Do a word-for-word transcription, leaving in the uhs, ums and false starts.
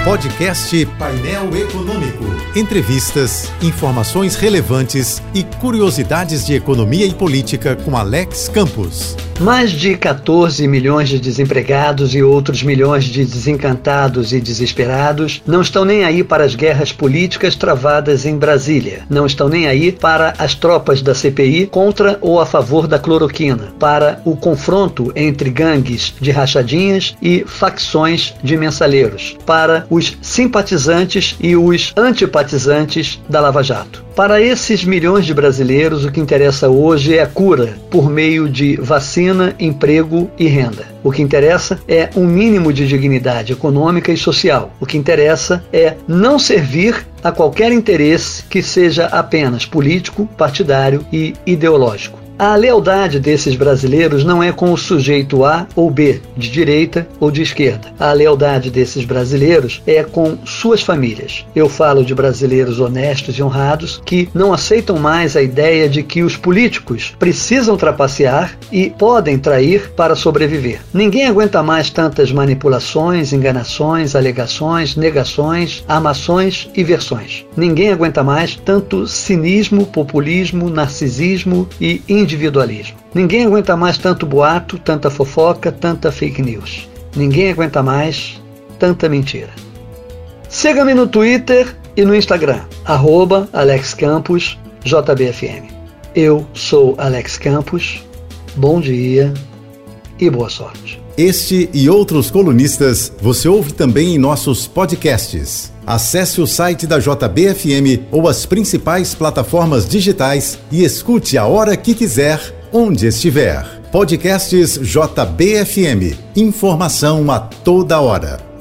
Podcast Painel Econômico. Entrevistas, informações relevantes e curiosidades de economia e política com Alex Campos. Mais de quatorze milhões de desempregados e outros milhões de desencantados e desesperados não estão nem aí para as guerras políticas travadas em Brasília. Não estão nem aí para as tropas da C P I contra ou a favor da cloroquina, para o confronto entre gangues de rachadinhas e facções de mensaleiros, para os simpatizantes e os antipatizantes da Lava Jato. Para esses milhões de brasileiros, o que interessa hoje é a cura por meio de vacina, emprego e renda. O que interessa é um mínimo de dignidade econômica e social. O que interessa é não servir a qualquer interesse que seja apenas político, partidário e ideológico. A lealdade desses brasileiros não é com o sujeito A ou B, de direita ou de esquerda. A lealdade desses brasileiros é com suas famílias. Eu falo de brasileiros honestos e honrados que não aceitam mais a ideia de que os políticos precisam trapacear e podem trair para sobreviver. Ninguém aguenta mais tantas manipulações, enganações, alegações, negações, armações e versões. Ninguém aguenta mais tanto cinismo, populismo, narcisismo e individualismo. Ninguém aguenta mais tanto boato, tanta fofoca, tanta fake news. Ninguém aguenta mais tanta mentira. Siga-me no Twitter e no Instagram, arroba Alex Campos, J B F M. Eu sou Alex Campos, bom dia e boa sorte. Este e outros colunistas você ouve também em nossos podcasts. Acesse o site da J B F M ou as principais plataformas digitais e escute a hora que quiser, onde estiver. Podcasts J B F M. Informação a toda hora.